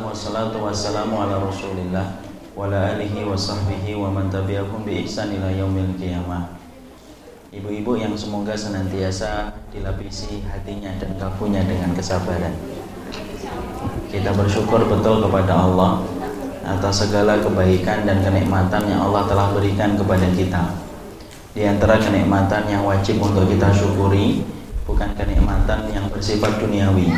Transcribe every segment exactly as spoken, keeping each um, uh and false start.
wassalatu wassalamu ala Rasulillah wa ala alihi wa sahbihi wa man tabi'ahum bi ihsan ila yaumil qiyamah. Ibu-ibu yang semoga senantiasa dilapisi hatinya dan kalbunya dengan kesabaran. Kita bersyukur betul kepada Allah atas segala kebaikan dan kenikmatan yang Allah telah berikan kepada kita. Di antara kenikmatan yang wajib untuk kita syukuri bukan kenikmatan yang bersifat duniawi,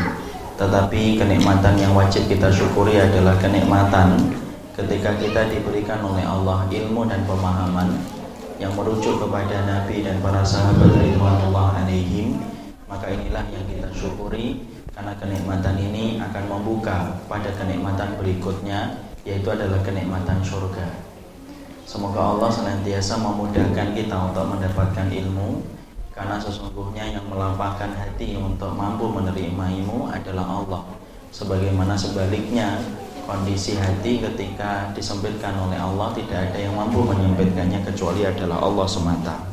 tetapi kenikmatan yang wajib kita syukuri adalah kenikmatan ketika kita diberikan oleh Allah ilmu dan pemahaman yang merujuk kepada Nabi dan para sahabat ridwanullah alaihim. Maka inilah yang kita syukuri, karena kenikmatan ini akan membuka pada kenikmatan berikutnya, yaitu adalah kenikmatan surga. Semoga Allah senantiasa memudahkan kita untuk mendapatkan ilmu, karena sesungguhnya yang melapangkan hati untuk mampu menerima ilmu adalah Allah. Sebagaimana sebaliknya, kondisi hati ketika disempitkan oleh Allah, tidak ada yang mampu menyempitkannya kecuali adalah Allah semata.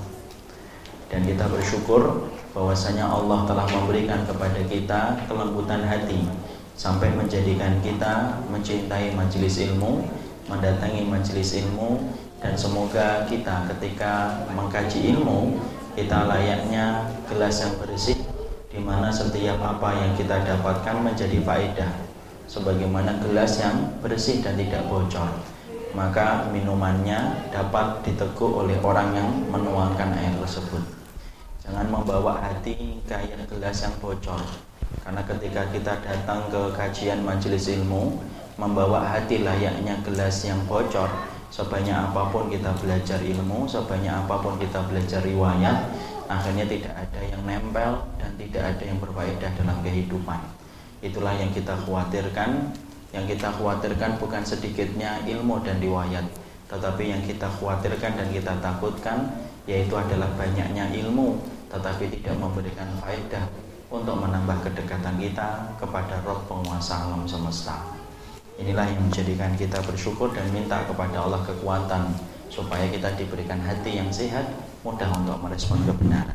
Dan kita bersyukur bahwasanya Allah telah memberikan kepada kita kelembutan hati sampai menjadikan kita mencintai majelis ilmu, mendatangi majelis ilmu. Dan semoga kita ketika mengkaji ilmu, kita layaknya gelas yang bersih, di mana setiap apa yang kita dapatkan menjadi faedah, sebagaimana gelas yang bersih dan tidak bocor. Maka minumannya dapat diteguk oleh orang yang menuangkan air tersebut. Jangan membawa hati kayak gelas yang bocor, karena ketika kita datang ke kajian majelis ilmu, membawa hati layaknya gelas yang bocor, sebanyak apapun kita belajar ilmu, sebanyak apapun kita belajar riwayat, akhirnya tidak ada yang nempel dan tidak ada yang berfaedah dalam kehidupan. Itulah yang kita khawatirkan. Yang kita khawatirkan bukan sedikitnya ilmu dan riwayat, tetapi yang kita khawatirkan dan kita takutkan yaitu adalah banyaknya ilmu tetapi tidak memberikan faedah untuk menambah kedekatan kita kepada Rabb penguasa alam semesta. Inilah yang menjadikan kita bersyukur dan minta kepada Allah kekuatan supaya kita diberikan hati yang sehat, mudah untuk merespon kebenaran.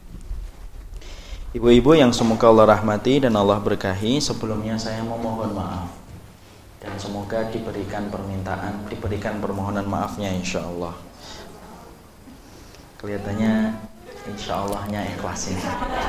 Ibu-ibu yang semoga Allah rahmati dan Allah berkahi, sebelumnya saya memohon maaf dan semoga diberikan permintaan, diberikan permohonan maafnya insya Allah. Kelihatannya insya Allahnya ikhlas ini.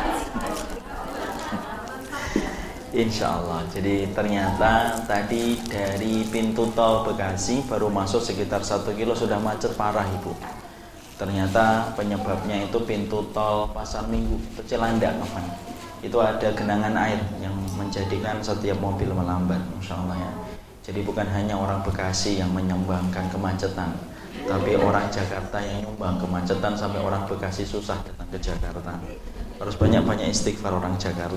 Insya Allah. Jadi ternyata tadi dari pintu tol Bekasi baru masuk sekitar satu kilo sudah macet parah ibu. Ternyata penyebabnya itu pintu tol Pasar Minggu, itu Cilandak kapan. Itu ada genangan air yang menjadikan setiap mobil melambat. Insya Allah ya. Jadi bukan hanya orang Bekasi yang menyumbangkan kemacetan, tapi orang Jakarta yang nyumbang kemacetan sampai orang Bekasi susah datang ke Jakarta. Harus banyak-banyak istighfar orang Jakarta.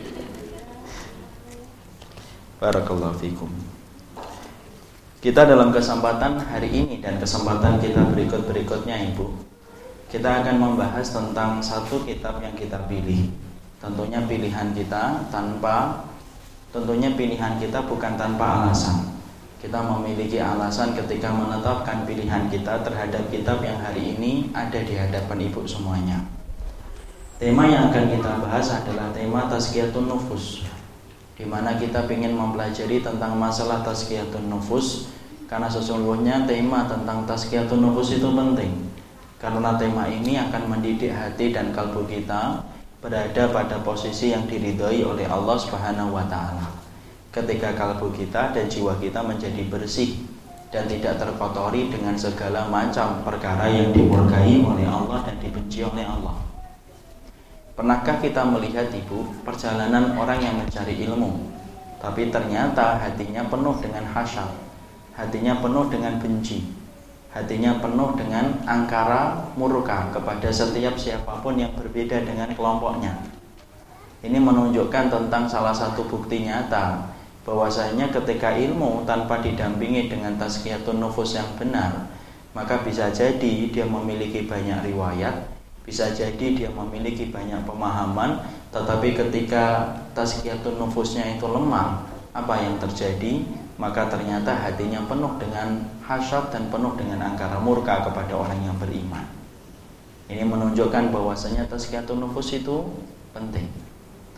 Barakallahu fikum. Kita dalam kesempatan hari ini dan kesempatan kita berikut-berikutnya ibu, kita akan membahas tentang satu kitab yang kita pilih. Tentunya pilihan kita tanpa Tentunya pilihan kita bukan tanpa alasan. Kita memiliki alasan ketika menetapkan pilihan kita terhadap kitab yang hari ini ada di hadapan ibu semuanya. Tema yang akan kita bahas adalah tema Tazkiyatun Nufus, di mana kita ingin mempelajari tentang masalah tazkiyatun nufus, karena sesungguhnya tema tentang tazkiyatun nufus itu penting, karena tema ini akan mendidik hati dan kalbu kita berada pada posisi yang diridhoi oleh Allah Subhanahu wa taala. Ketika kalbu kita dan jiwa kita menjadi bersih dan tidak terkotori dengan segala macam perkara yang dimurkai oleh Allah dan dibenci oleh Allah. Pernahkah kita melihat ibu perjalanan orang yang mencari ilmu, tapi ternyata hatinya penuh dengan hasad, hatinya penuh dengan benci, hatinya penuh dengan angkara murka kepada setiap siapapun yang berbeda dengan kelompoknya. Ini menunjukkan tentang salah satu bukti nyata bahwasanya ketika ilmu tanpa didampingi dengan tazkiyatun nufus yang benar, maka bisa jadi dia memiliki banyak riwayat, bisa jadi dia memiliki banyak pemahaman, tetapi ketika tazkiyatun nufusnya itu lemah, apa yang terjadi? Maka ternyata hatinya penuh dengan hasad dan penuh dengan angkara murka kepada orang yang beriman. Ini menunjukkan bahwasanya tazkiyatun nufus itu penting.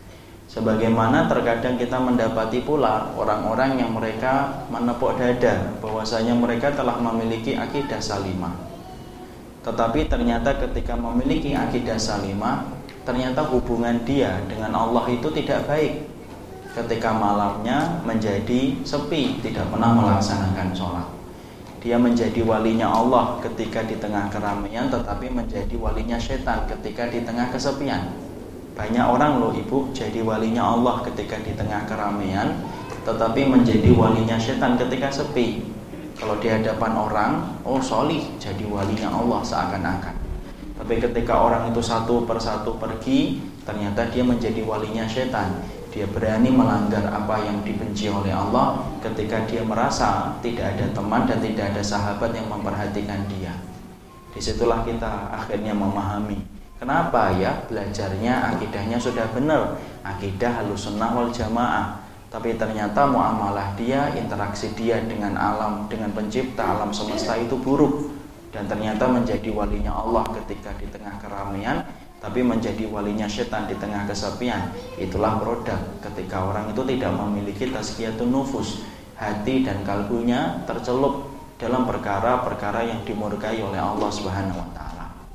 Sebagaimana terkadang kita mendapati pula orang-orang yang mereka menepuk dada bahwasanya mereka telah memiliki akidah salimah. Tetapi ternyata ketika memiliki akidah salimah, ternyata hubungan dia dengan Allah itu tidak baik. Ketika malamnya menjadi sepi, tidak pernah melaksanakan sholat. Dia menjadi walinya Allah ketika di tengah keramaian, tetapi menjadi walinya setan ketika di tengah kesepian. Banyak orang loh ibu jadi walinya Allah ketika di tengah keramaian, tetapi menjadi walinya setan ketika sepi. Kalau di hadapan orang, oh solih, jadi walinya Allah seakan-akan. Tapi ketika orang itu satu persatu pergi, ternyata dia menjadi walinya setan. Dia berani melanggar apa yang dibenci oleh Allah ketika dia merasa tidak ada teman dan tidak ada sahabat yang memperhatikan dia. Disitulah kita akhirnya memahami kenapa ya belajarnya akidahnya sudah benar, akidah Ahlussunnah wal Jamaah, tapi ternyata muamalah dia, interaksi dia dengan alam, dengan pencipta alam semesta itu buruk, dan ternyata menjadi walinya Allah ketika di tengah keramaian, tapi menjadi walinya setan di tengah kesepian. Itulah produk ketika orang itu tidak memiliki tazkiyatun nufus, hati dan kalbunya tercelup dalam perkara-perkara yang dimurkai oleh Allah Subhanahu wa taala.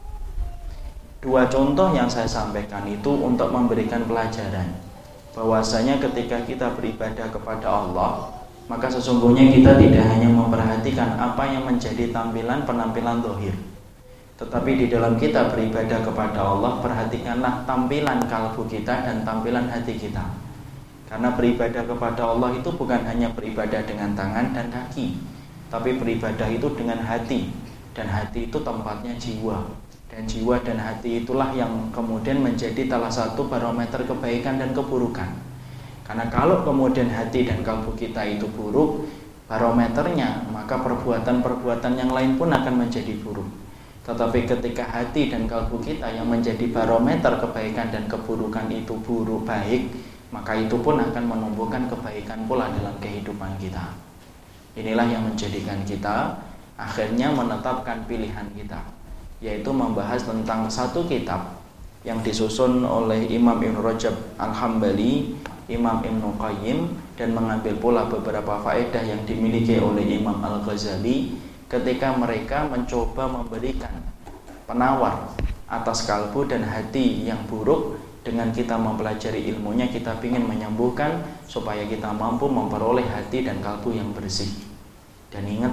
Dua contoh yang saya sampaikan itu untuk memberikan pelajaran bahwasanya ketika kita beribadah kepada Allah, maka sesungguhnya kita tidak hanya memperhatikan apa yang menjadi tampilan penampilan zahir, tetapi di dalam kita beribadah kepada Allah, perhatikanlah tampilan kalbu kita dan tampilan hati kita. Karena beribadah kepada Allah itu bukan hanya beribadah dengan tangan dan kaki, tapi beribadah itu dengan hati, dan hati itu tempatnya jiwa. Dan jiwa dan hati itulah yang kemudian menjadi salah satu barometer kebaikan dan keburukan. Karena kalau kemudian hati dan kalbu kita itu buruk, barometernya, maka perbuatan-perbuatan yang lain pun akan menjadi buruk. Tetapi ketika hati dan kalbu kita yang menjadi barometer kebaikan dan keburukan itu buruk baik, maka itu pun akan menumbuhkan kebaikan pula dalam kehidupan kita. Inilah yang menjadikan kita akhirnya menetapkan pilihan kita, yaitu membahas tentang satu kitab yang disusun oleh Imam Ibn Rajab Al-Hambali, Imam Ibn Qayyim, dan mengambil pula beberapa faedah yang dimiliki oleh Imam Al-Ghazali ketika mereka mencoba memberikan penawar atas kalbu dan hati yang buruk. Dengan kita mempelajari ilmunya, kita ingin menyembuhkan supaya kita mampu memperoleh hati dan kalbu yang bersih. Dan ingat,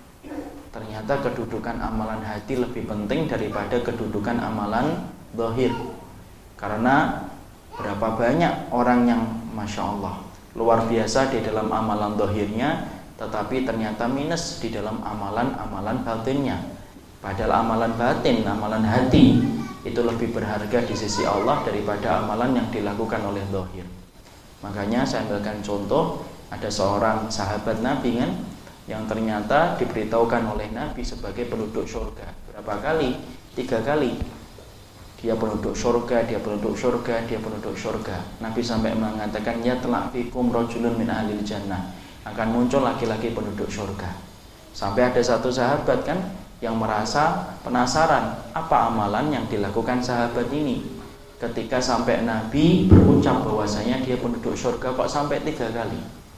ternyata kedudukan amalan hati lebih penting daripada kedudukan amalan zahir. Karena berapa banyak orang yang Masya Allah luar biasa di dalam amalan zahirnya, tetapi ternyata minus di dalam amalan-amalan batinnya. Padahal amalan batin, amalan hati itu lebih berharga di sisi Allah daripada amalan yang dilakukan oleh zahir. Makanya saya ambilkan contoh, ada seorang sahabat Nabi kan, yang ternyata diberitahukan oleh Nabi sebagai penduduk surga. Berapa kali? Tiga kali. Dia penduduk surga, dia penduduk surga, dia penduduk surga. Nabi sampai mengatakan, ya telah fikum rajulun min ahlil jannah, akan muncul laki-laki penduduk surga. Sampai ada satu sahabat kan yang merasa penasaran apa amalan yang dilakukan sahabat ini. Ketika sampai Nabi berucap bahwasanya dia penduduk surga, kok sampai tiga kali?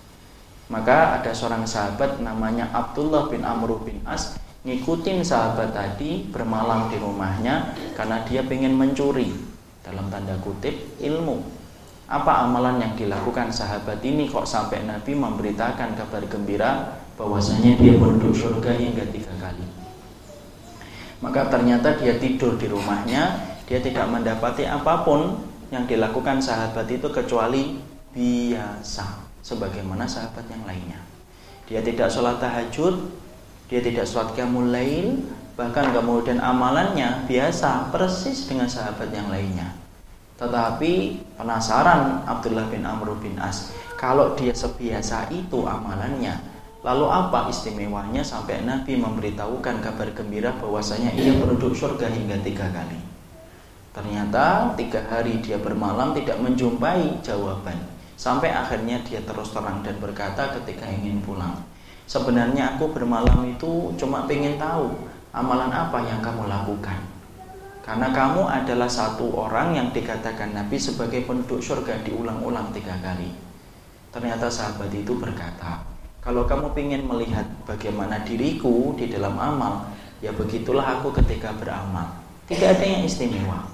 Maka ada seorang sahabat namanya Abdullah bin Amr bin As ngikutin sahabat tadi bermalam di rumahnya karena dia ingin mencuri, dalam tanda kutip, ilmu. Apa amalan yang dilakukan sahabat ini kok sampai Nabi memberitakan kabar gembira bahwasanya dia penduduk surga hingga tiga kali? Maka ternyata dia tidur di rumahnya, dia tidak mendapati apapun yang dilakukan sahabat itu kecuali biasa, sebagaimana sahabat yang lainnya. Dia tidak sholat tahajud, dia tidak sholat qiyamul lail, bahkan kemudian amalannya biasa, persis dengan sahabat yang lainnya. Tetapi penasaran Abdullah bin Amr bin As, kalau dia sebiasa itu amalannya, lalu apa istimewanya sampai Nabi memberitahukan kabar gembira bahwasanya ia penduduk surga hingga tiga kali? Ternyata tiga hari dia bermalam tidak menjumpai jawaban. Sampai akhirnya dia terus terang dan berkata ketika ingin pulang, sebenarnya aku bermalam itu cuma pengen tahu amalan apa yang kamu lakukan. Karena kamu adalah satu orang yang dikatakan Nabi sebagai penduduk surga diulang-ulang tiga kali. Ternyata sahabat itu berkata, kalau kamu ingin melihat bagaimana diriku di dalam amal, ya begitulah aku ketika beramal. Tidak ada yang istimewa.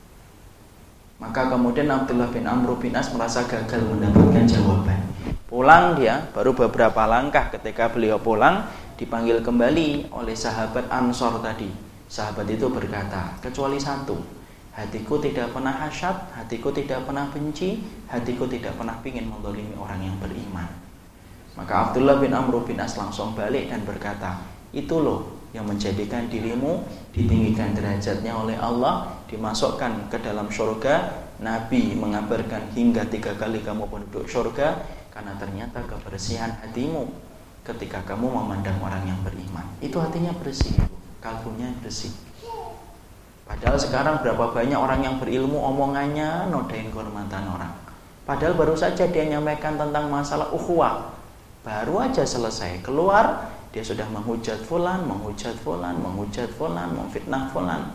Maka kemudian Abdullah bin Amr bin As merasa gagal mendapatkan jawaban. Pulang dia, baru beberapa langkah ketika beliau pulang, dipanggil kembali oleh sahabat Ansor tadi. Sahabat itu berkata, kecuali satu, hatiku tidak pernah hasyad, hatiku tidak pernah benci, hatiku tidak pernah ingin menzalimi orang yang beriman. Maka Abdullah bin Amr bin As langsung balik dan berkata, itu loh yang menjadikan dirimu ditinggikan derajatnya oleh Allah, dimasukkan ke dalam surga. Nabi mengabarkan hingga tiga kali kamu penduduk surga, karena ternyata kebersihan hatimu ketika kamu memandang orang yang beriman. Itu hatinya bersih, kalbunya bersih. Padahal sekarang berapa banyak orang yang berilmu omongannya nodain kehormatan orang. Padahal baru saja dia nyampaikan tentang masalah ukhuwah, baru aja selesai keluar dia sudah menghujat fulan, menghujat fulan, menghujat fulan, memfitnah fulan.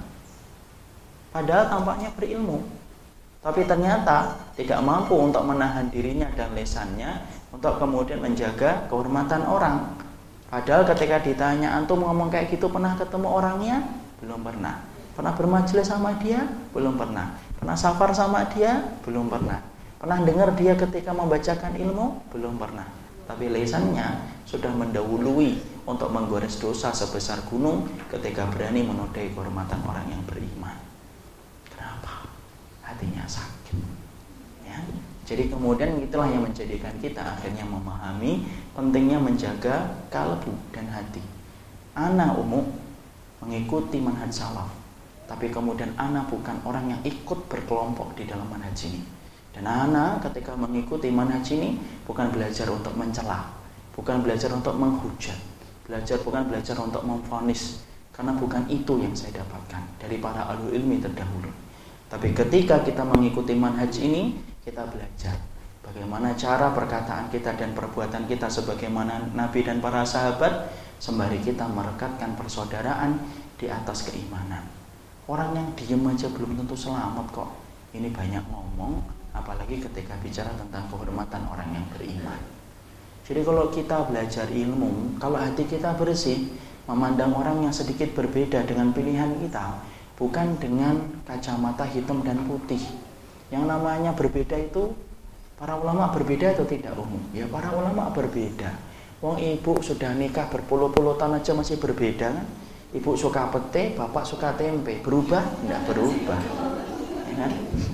Padahal tampaknya berilmu, tapi ternyata tidak mampu untuk menahan dirinya dan lesannya untuk kemudian menjaga kehormatan orang. Padahal ketika ditanya, antum ngomong kayak gitu pernah ketemu orangnya? Belum pernah. Pernah bermajelis sama dia? Belum pernah. Pernah safar sama dia? Belum pernah. Pernah dengar dia ketika membacakan ilmu? Belum pernah. Tapi lisannya sudah mendahului untuk menggores dosa sebesar gunung ketika berani menodai kehormatan orang yang beriman. Kenapa? Hatinya sakit. Ya. Jadi kemudian itulah yang menjadikan kita akhirnya memahami pentingnya menjaga kalbu dan hati. Ana umum mengikuti manhaj salaf, tapi kemudian ana bukan orang yang ikut berkelompok di dalam manhaj ini. Dan ana ketika mengikuti manhaj ini bukan belajar untuk mencela, bukan belajar untuk menghujat, belajar bukan belajar untuk memvonis, karena bukan itu yang saya dapatkan dari para ahli ilmi terdahulu. Tapi ketika kita mengikuti manhaj ini, kita belajar bagaimana cara perkataan kita dan perbuatan kita sebagaimana Nabi dan para sahabat, sembari kita merekatkan persaudaraan di atas keimanan. Orang yang diam aja belum tentu selamat kok. Ini banyak ngomong, apalagi ketika bicara tentang kehormatan orang yang beriman. Jadi kalau kita belajar ilmu, kalau hati kita bersih, memandang orang yang sedikit berbeda dengan pilihan kita, bukan dengan kacamata hitam dan putih. Yang namanya berbeda itu, para ulama berbeda atau tidak umum? Ya para ulama berbeda. Wong ibu sudah nikah berpuluh-puluh tahun aja masih berbeda kan? Ibu suka pete, bapak suka tempe. Berubah? Tidak berubah. Ya kan?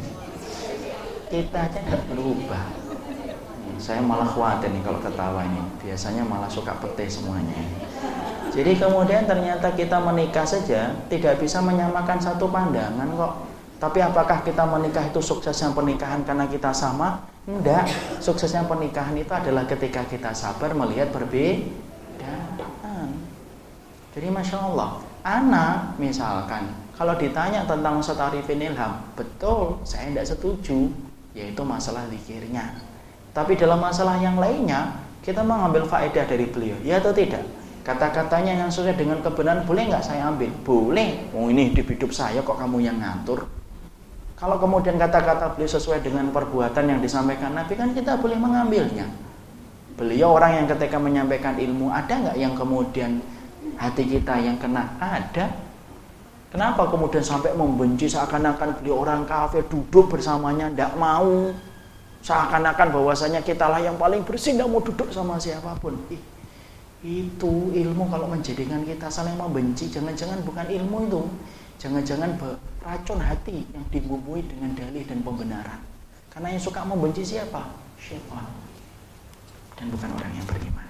Kita aja tidak berubah. Saya malah khawatir nih kalau ketawa ini. Biasanya malah suka pete semuanya. Jadi kemudian ternyata kita menikah saja tidak bisa menyamakan satu pandangan kok. Tapi apakah kita menikah itu suksesnya pernikahan karena kita sama? Enggak. Suksesnya pernikahan itu adalah ketika kita sabar melihat perbedaan. Jadi Masya Allah, ana misalkan kalau ditanya tentang Ustaz Arifin Ilham, betul saya tidak setuju, yaitu masalah zikirnya. Tapi dalam masalah yang lainnya kita mengambil faedah dari beliau, ya atau tidak? Kata-katanya yang sesuai dengan kebenaran boleh nggak saya ambil? Boleh. Oh ini hidup hidup saya kok kamu yang ngatur. Kalau kemudian kata-kata beliau sesuai dengan perbuatan yang disampaikan Nabi, kan kita boleh mengambilnya. Beliau orang yang ketika menyampaikan ilmu, ada nggak yang kemudian hati kita yang kena? Ada. Kenapa kemudian sampai membenci seakan-akan beliau orang kafir, duduk bersamanya tidak mau, seakan-akan bahwasanya kitalah yang paling bersih, tidak mau duduk sama siapapun. Ih, itu ilmu kalau menjadikan kita saling membenci, jangan-jangan bukan ilmu itu, jangan-jangan racun hati yang dibumbui dengan dalih dan pembenaran. Karena yang suka membenci siapa? Syaitan, dan bukan orang yang beriman.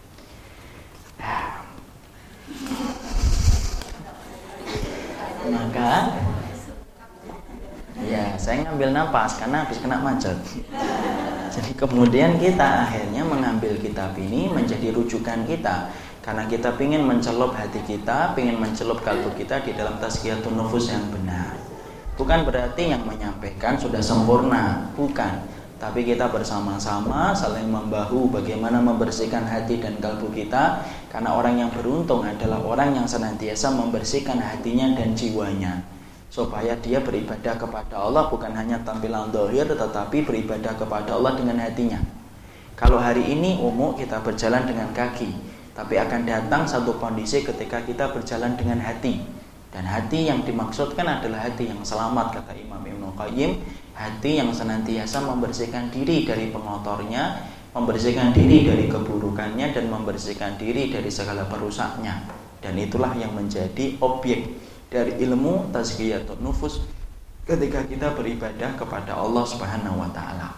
Nah, maka ya saya ngambil napas karena habis kena macet. Jadi kemudian kita akhirnya mengambil kitab ini menjadi rujukan kita, karena kita ingin mencelup hati kita, ingin mencelup kalbu kita di dalam tazkiyatun nufus yang benar. Bukan berarti yang menyampaikan sudah sempurna, bukan. Tapi kita bersama-sama saling membahu bagaimana membersihkan hati dan kalbu kita, karena orang yang beruntung adalah orang yang senantiasa membersihkan hatinya dan jiwanya. supaya dia beribadah kepada Allah bukan hanya tampilan zahir, tetapi beribadah kepada Allah dengan hatinya. Kalau hari ini umum kita berjalan dengan kaki, tapi akan datang satu kondisi ketika kita berjalan dengan hati. Dan hati yang dimaksudkan adalah hati yang selamat, kata Imam Ibnu Qayyim, hati yang senantiasa membersihkan diri dari pengotornya, membersihkan diri dari keburukannya, dan membersihkan diri dari segala perusaknya. Dan itulah yang menjadi objek dari ilmu tazkiyatun nufus ketika kita beribadah kepada Allah Subhanahu wa taala.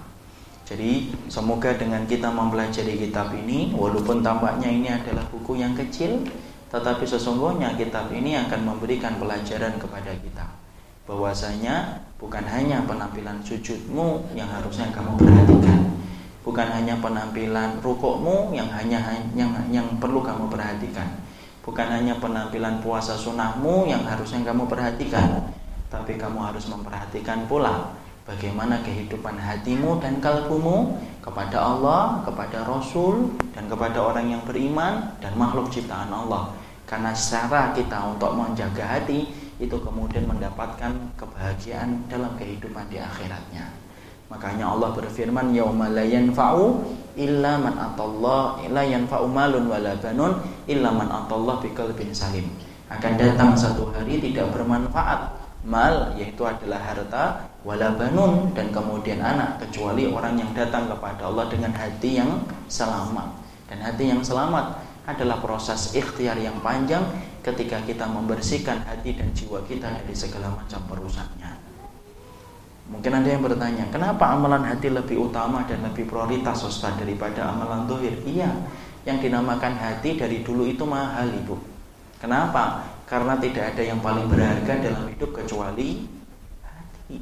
Jadi semoga dengan kita mempelajari kitab ini, walaupun tampaknya ini adalah buku yang kecil, tetapi sesungguhnya kitab ini akan memberikan pelajaran kepada kita bahwasanya bukan hanya penampilan sujudmu yang harusnya kamu perhatikan, bukan hanya penampilan rukukmu yang hanya yang yang perlu kamu perhatikan, bukan hanya penampilan puasa sunnahmu yang harusnya kamu perhatikan, tapi kamu harus memperhatikan pula bagaimana kehidupan hatimu dan kalbumu kepada Allah, kepada Rasul, dan kepada orang yang beriman dan makhluk ciptaan Allah. Karena secara kita untuk menjaga hati itu kemudian mendapatkan kebahagiaan dalam kehidupan di akhiratnya. Makanya Allah berfirman, yauma la yanfa'u illa man atallah, la yanfa'u malun wala banun illa man atallah biqalbin salim. Akan datang satu hari tidak bermanfaat mal, yaitu adalah harta, wala banun, dan kemudian anak, kecuali orang yang datang kepada Allah dengan hati yang selamat. Dan hati yang selamat adalah proses ikhtiar yang panjang ketika kita membersihkan hati dan jiwa kita dari segala macam perusaknya. Mungkin ada yang bertanya, kenapa amalan hati lebih utama dan lebih prioritas Ustaz daripada amalan zahir? Iya, yang dinamakan hati dari dulu itu mahal, Ibu. Kenapa? Karena tidak ada yang paling berharga dalam hidup kecuali hati.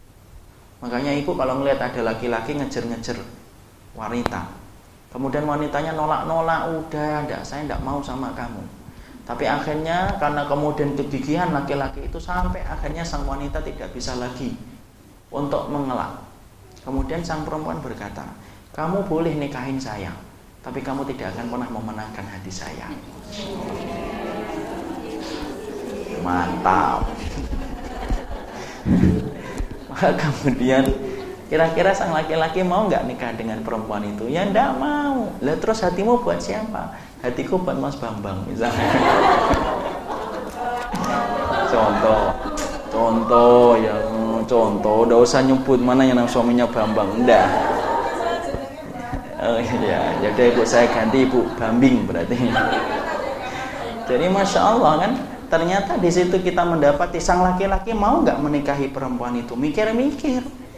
Makanya Ibu kalau melihat ada laki-laki ngejar-ngejar wanita, kemudian wanitanya nolak-nolak, udah, enggak, saya enggak mau sama kamu. Tapi akhirnya karena kemudian kegigihan laki-laki itu sampai akhirnya sang wanita tidak bisa lagi untuk mengelak. Kemudian sang perempuan berkata, kamu boleh nikahin saya, tapi kamu tidak akan pernah memenangkan hati saya. Mantap. Maka kemudian kira-kira sang laki-laki mau nggak nikah dengan perempuan itu? Ya nggak mau. Lah terus hatimu buat siapa? Hatiku buat Mas Bambang misalnya. Contoh, contoh ya, contoh. Udah usah nyebut mana yang suaminya Bambang, enggak. Oh iya, jadi ibu saya ganti Ibu Bambing berarti. Jadi masya Allah kan. Ternyata di situ kita mendapati sang laki-laki mau nggak menikahi perempuan itu, mikir-mikir.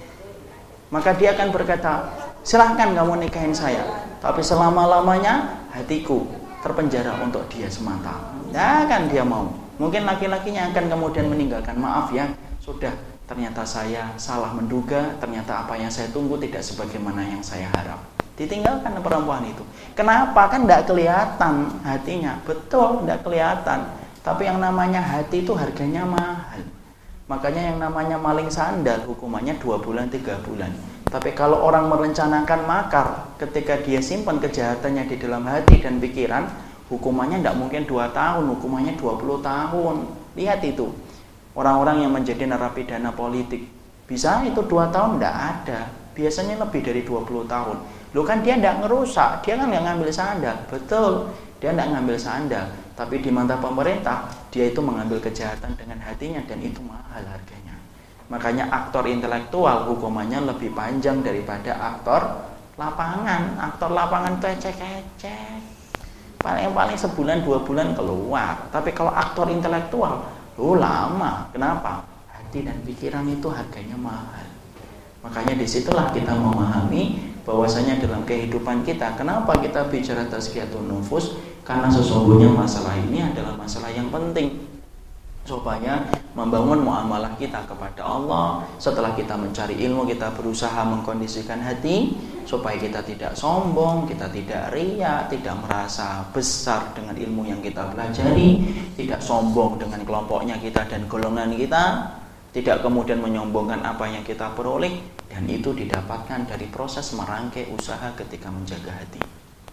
Maka dia akan berkata, silahkan kamu nikahin saya, tapi selama-lamanya hatiku terpenjara untuk dia semata. Ya kan dia mau. Mungkin laki-lakinya akan kemudian meninggalkan, maaf ya, sudah, ternyata saya salah menduga, ternyata apa yang saya tunggu tidak sebagaimana yang saya harap. Ditinggalkan perempuan itu. Kenapa? Kan nggak kelihatan hatinya. Betul, nggak kelihatan. Tapi yang namanya hati itu harganya mahal. Makanya yang namanya maling sandal hukumannya dua bulan, tiga bulan. Tapi kalau orang merencanakan makar, ketika dia simpan kejahatannya di dalam hati dan pikiran, hukumannya tidak mungkin dua tahun, hukumannya dua puluh tahun. Lihat itu, orang-orang yang menjadi narapidana politik, bisa itu dua tahun? Tidak ada. Biasanya lebih dari dua puluh tahun. Loh kan dia tidak ngerusak, dia kan yang ngambil sandal. Betul, dia tidak ngambil sandal. Tapi di mata pemerintah, dia itu mengambil kejahatan dengan hatinya dan itu mahal harganya. Makanya aktor intelektual hukumannya lebih panjang daripada aktor lapangan. Aktor lapangan itu ecek-ecek. Paling-paling sebulan dua bulan keluar. Tapi kalau aktor intelektual, lu lama. Kenapa? Hati dan pikiran itu harganya mahal. Makanya disitulah kita memahami bahwasanya dalam kehidupan kita, kenapa kita bicara tazkiyatun nufus? Karena sesungguhnya masalah ini adalah masalah yang penting supaya membangun muamalah kita kepada Allah. Setelah kita mencari ilmu, kita berusaha mengkondisikan hati supaya kita tidak sombong, kita tidak riya, tidak merasa besar dengan ilmu yang kita pelajari, tidak sombong dengan kelompoknya kita dan golongan kita, tidak kemudian menyombongkan apa yang kita peroleh, dan itu didapatkan dari proses merangkai usaha ketika menjaga hati.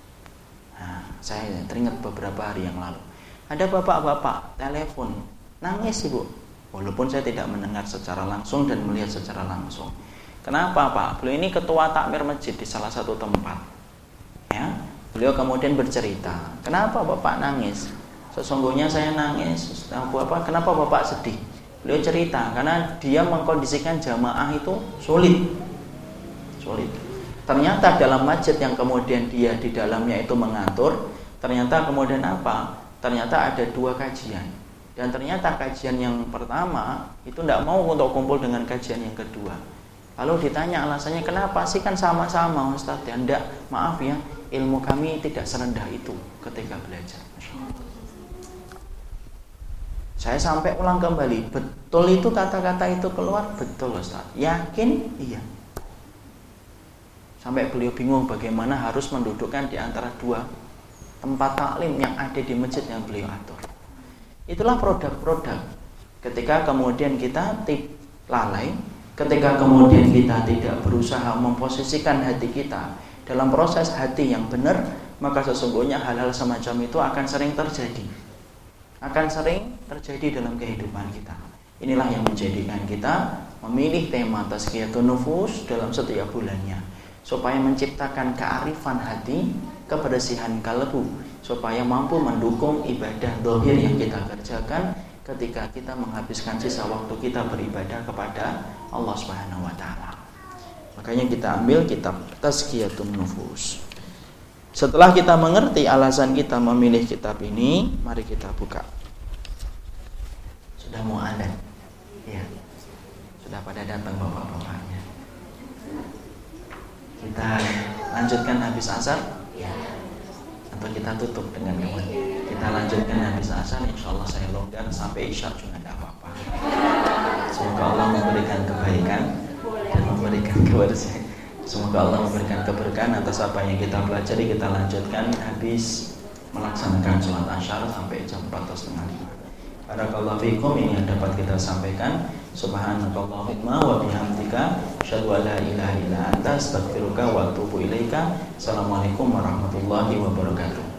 Nah, saya teringat beberapa hari yang lalu ada bapak-bapak telepon nangis, Ibu, Walaupun saya tidak mendengar secara langsung dan melihat secara langsung. Kenapa Pak? Beliau ini ketua takmir masjid di salah satu tempat. Ya, beliau kemudian bercerita, kenapa Bapak nangis? Sesungguhnya saya nangis. Apa? Kenapa Bapak sedih? Beliau cerita, karena dia mengkondisikan jamaah itu sulit, sulit. Ternyata dalam masjid yang kemudian dia di dalamnya itu mengatur, ternyata kemudian apa? Ternyata ada dua kajian. Dan ternyata kajian yang pertama itu tidak mau untuk kumpul dengan kajian yang kedua. Lalu ditanya alasannya, kenapa sih, kan sama-sama Ustaz ya? Tidak, maaf ya, ilmu kami tidak serendah itu ketika belajar. Saya sampai ulang kembali, betul itu kata-kata itu keluar? Betul Ustaz. Yakin? Iya. Sampai beliau bingung bagaimana harus mendudukkan di antara dua tempat taklim yang ada di masjid yang beliau atur. Itulah produk-produk. Ketika kemudian kita lalai, ketika kemudian kita tidak berusaha memposisikan hati kita dalam proses hati yang benar, maka sesungguhnya hal-hal semacam itu akan sering terjadi. Akan sering terjadi dalam kehidupan kita. Inilah yang menjadikan kita memilih tema tazkiyatun nufus dalam setiap bulannya, supaya menciptakan kearifan hati, kebersihan kalbu, supaya mampu mendukung ibadah zahir yang kita kerjakan ketika kita menghabiskan sisa waktu kita beribadah kepada Allah Subhanahu wa taala. Makanya kita ambil kitab Tazkiyatun Nufus. Setelah kita mengerti alasan kita memilih kitab ini, mari kita buka. Sudah mau adzan? Ya. Sudah pada datang bapak-bapaknya. Kita lanjutkan habis asar? Ya. Atau kita tutup dengan kawan? Kita lanjutkan habis asar, insya Allah saya longgar sampai isya juga tidak apa-apa. Semoga Allah memberikan kebaikan dan memberikan kebersihan. Semoga Allah memberikan keberkahan atas apa yang kita pelajari. Kita lanjutkan habis melaksanakan sholat asyar sampai jam empat atau setengah lima. Barakallahu fikum, ini yang dapat kita sampaikan. Subhanakallahumma wa bihamdika asyhadu an la ilaha illa anta astaghfiruka wa atubu ilaika. Assalamualaikum warahmatullahi wabarakatuh.